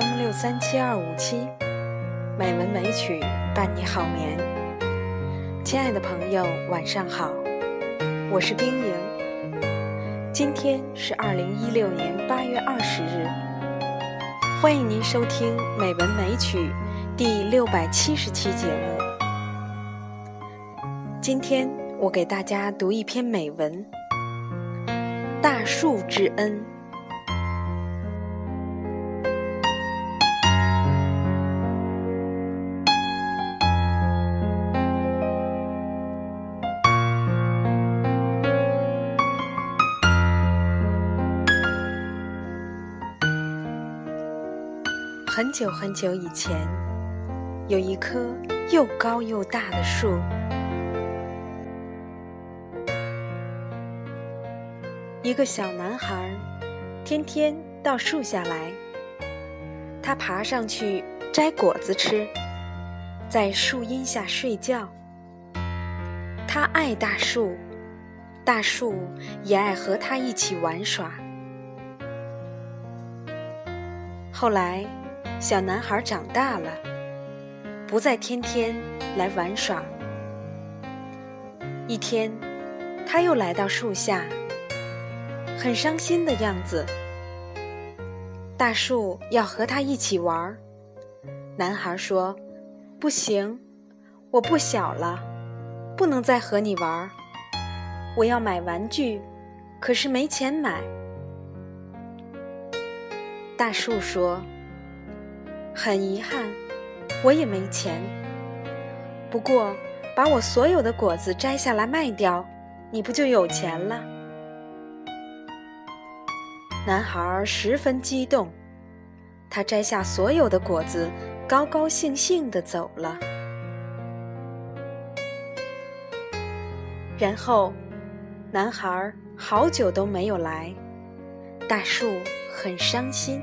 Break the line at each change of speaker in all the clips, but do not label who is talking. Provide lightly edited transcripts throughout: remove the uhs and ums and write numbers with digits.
FM6372557，美文美曲伴你好眠。亲爱的朋友，晚上好，我是冰莹。今天是2016年8月20日，欢迎您收听美文美曲第670期节目。今天我给大家读一篇美文《大树之恩》。很久很久以前，有一棵又高又大的树。一个小男孩天天到树下来，他爬上去摘果子吃，在树荫下睡觉。他爱大树，大树也爱和他一起玩耍。后来小男孩长大了，不再天天来玩耍。一天，他又来到树下，很伤心的样子。大树要和他一起玩。男孩说：“不行，我不小了，不能再和你玩。我要买玩具，可是没钱买。”大树说：“很遗憾，我也没钱。不过，把我所有的果子摘下来卖掉，你不就有钱了？”男孩十分激动，他摘下所有的果子，高高兴兴地走了。然后，男孩好久都没有来，大树很伤心。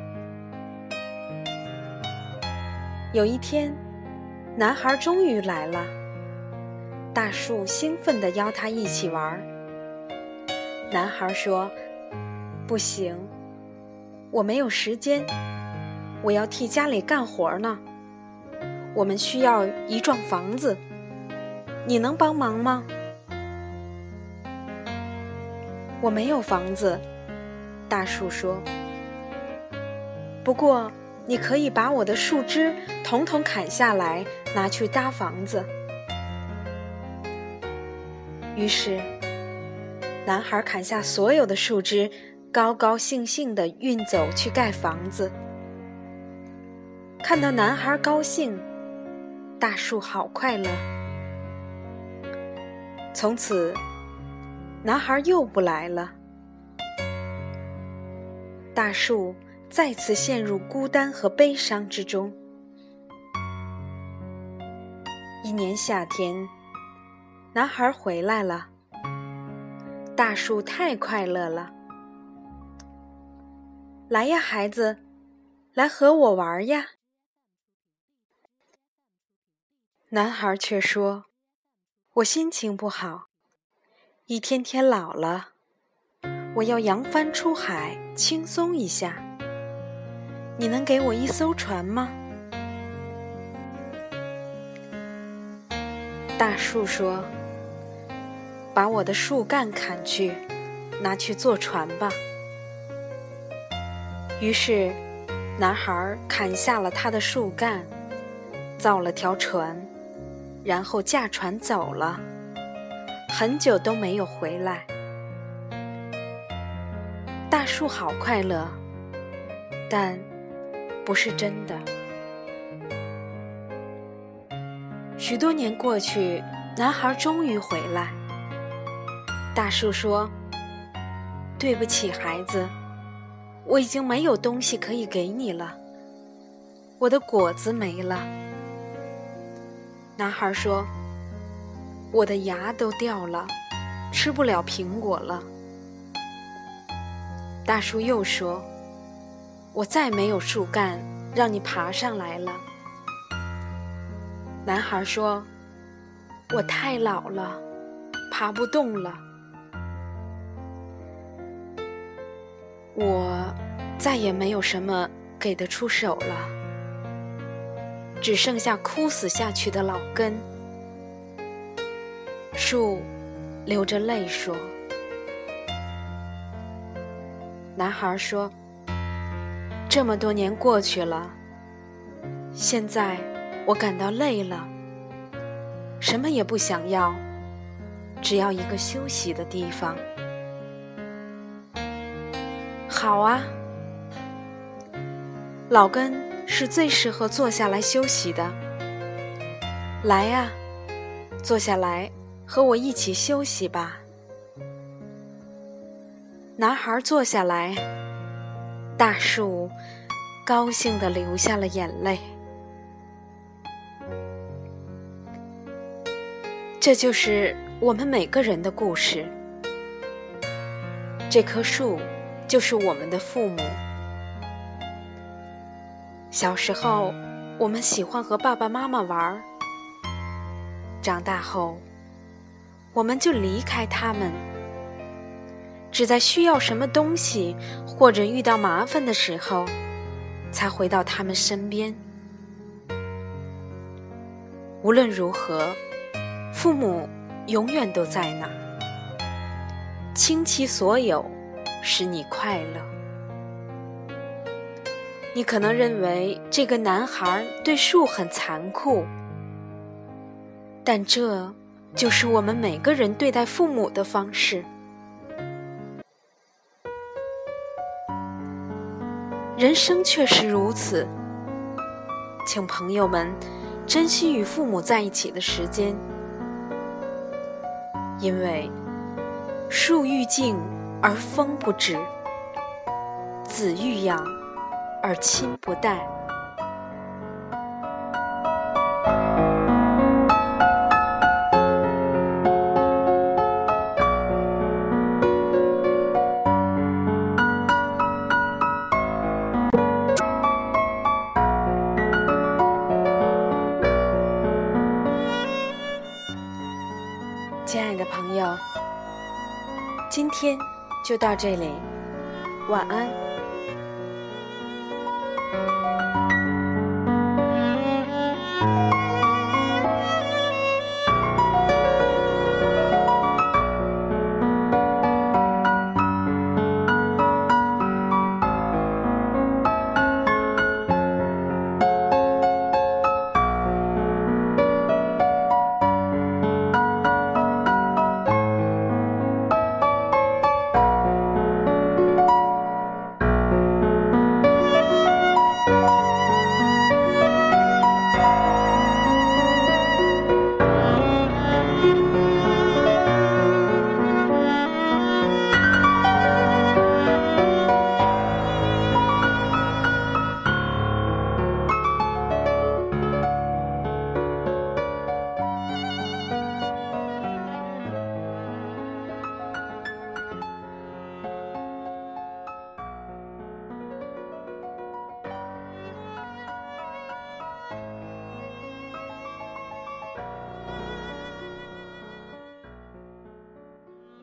有一天，男孩终于来了，大树兴奋地邀他一起玩。男孩说：“不行，我没有时间，我要替家里干活呢。我们需要一幢房子，你能帮忙吗？”“我没有房子。”大树说。“不过，你可以把我的树枝统统砍下来，拿去搭房子。”于是，男孩砍下所有的树枝，高高兴兴地运走去盖房子。看到男孩高兴，大树好快乐。从此，男孩又不来了。大树再次陷入孤单和悲伤之中。一年夏天，男孩回来了，大树太快乐了。“来呀，孩子，来和我玩呀。”男孩却说：“我心情不好，一天天老了，我要扬帆出海，轻松一下。你能给我一艘船吗？”大树说：“把我的树干砍去，拿去做船吧。”于是，男孩砍下了他的树干，造了条船，然后驾船走了，很久都没有回来。大树好快乐，但不是真的。许多年过去，男孩终于回来。大树说：“对不起，孩子，我已经没有东西可以给你了，我的果子没了。”男孩说：“我的牙都掉了，吃不了苹果了。”大树又说：“我再没有树干让你爬上来了。”男孩说：“我太老了，爬不动了。”我再也没有什么给得出手了，只剩下枯死下去的老根。树流着泪说。男孩说，这么多年过去了，现在我感到累了，什么也不想要，只要一个休息的地方。好啊，老根是最适合坐下来休息的。来啊，坐下来和我一起休息吧。男孩坐下来，大树高兴地流下了眼泪。这就是我们每个人的故事。这棵树就是我们的父母。小时候，我们喜欢和爸爸妈妈玩，长大后，我们就离开他们，只在需要什么东西或者遇到麻烦的时候，才回到他们身边。无论如何，父母永远都在那儿，倾其所有，使你快乐。你可能认为这个男孩对树很残酷，但这就是我们每个人对待父母的方式。人生确实如此，请朋友们珍惜与父母在一起的时间，因为树欲静而风不止，子欲养而亲不待。亲爱的朋友，今天就到这里，晚安。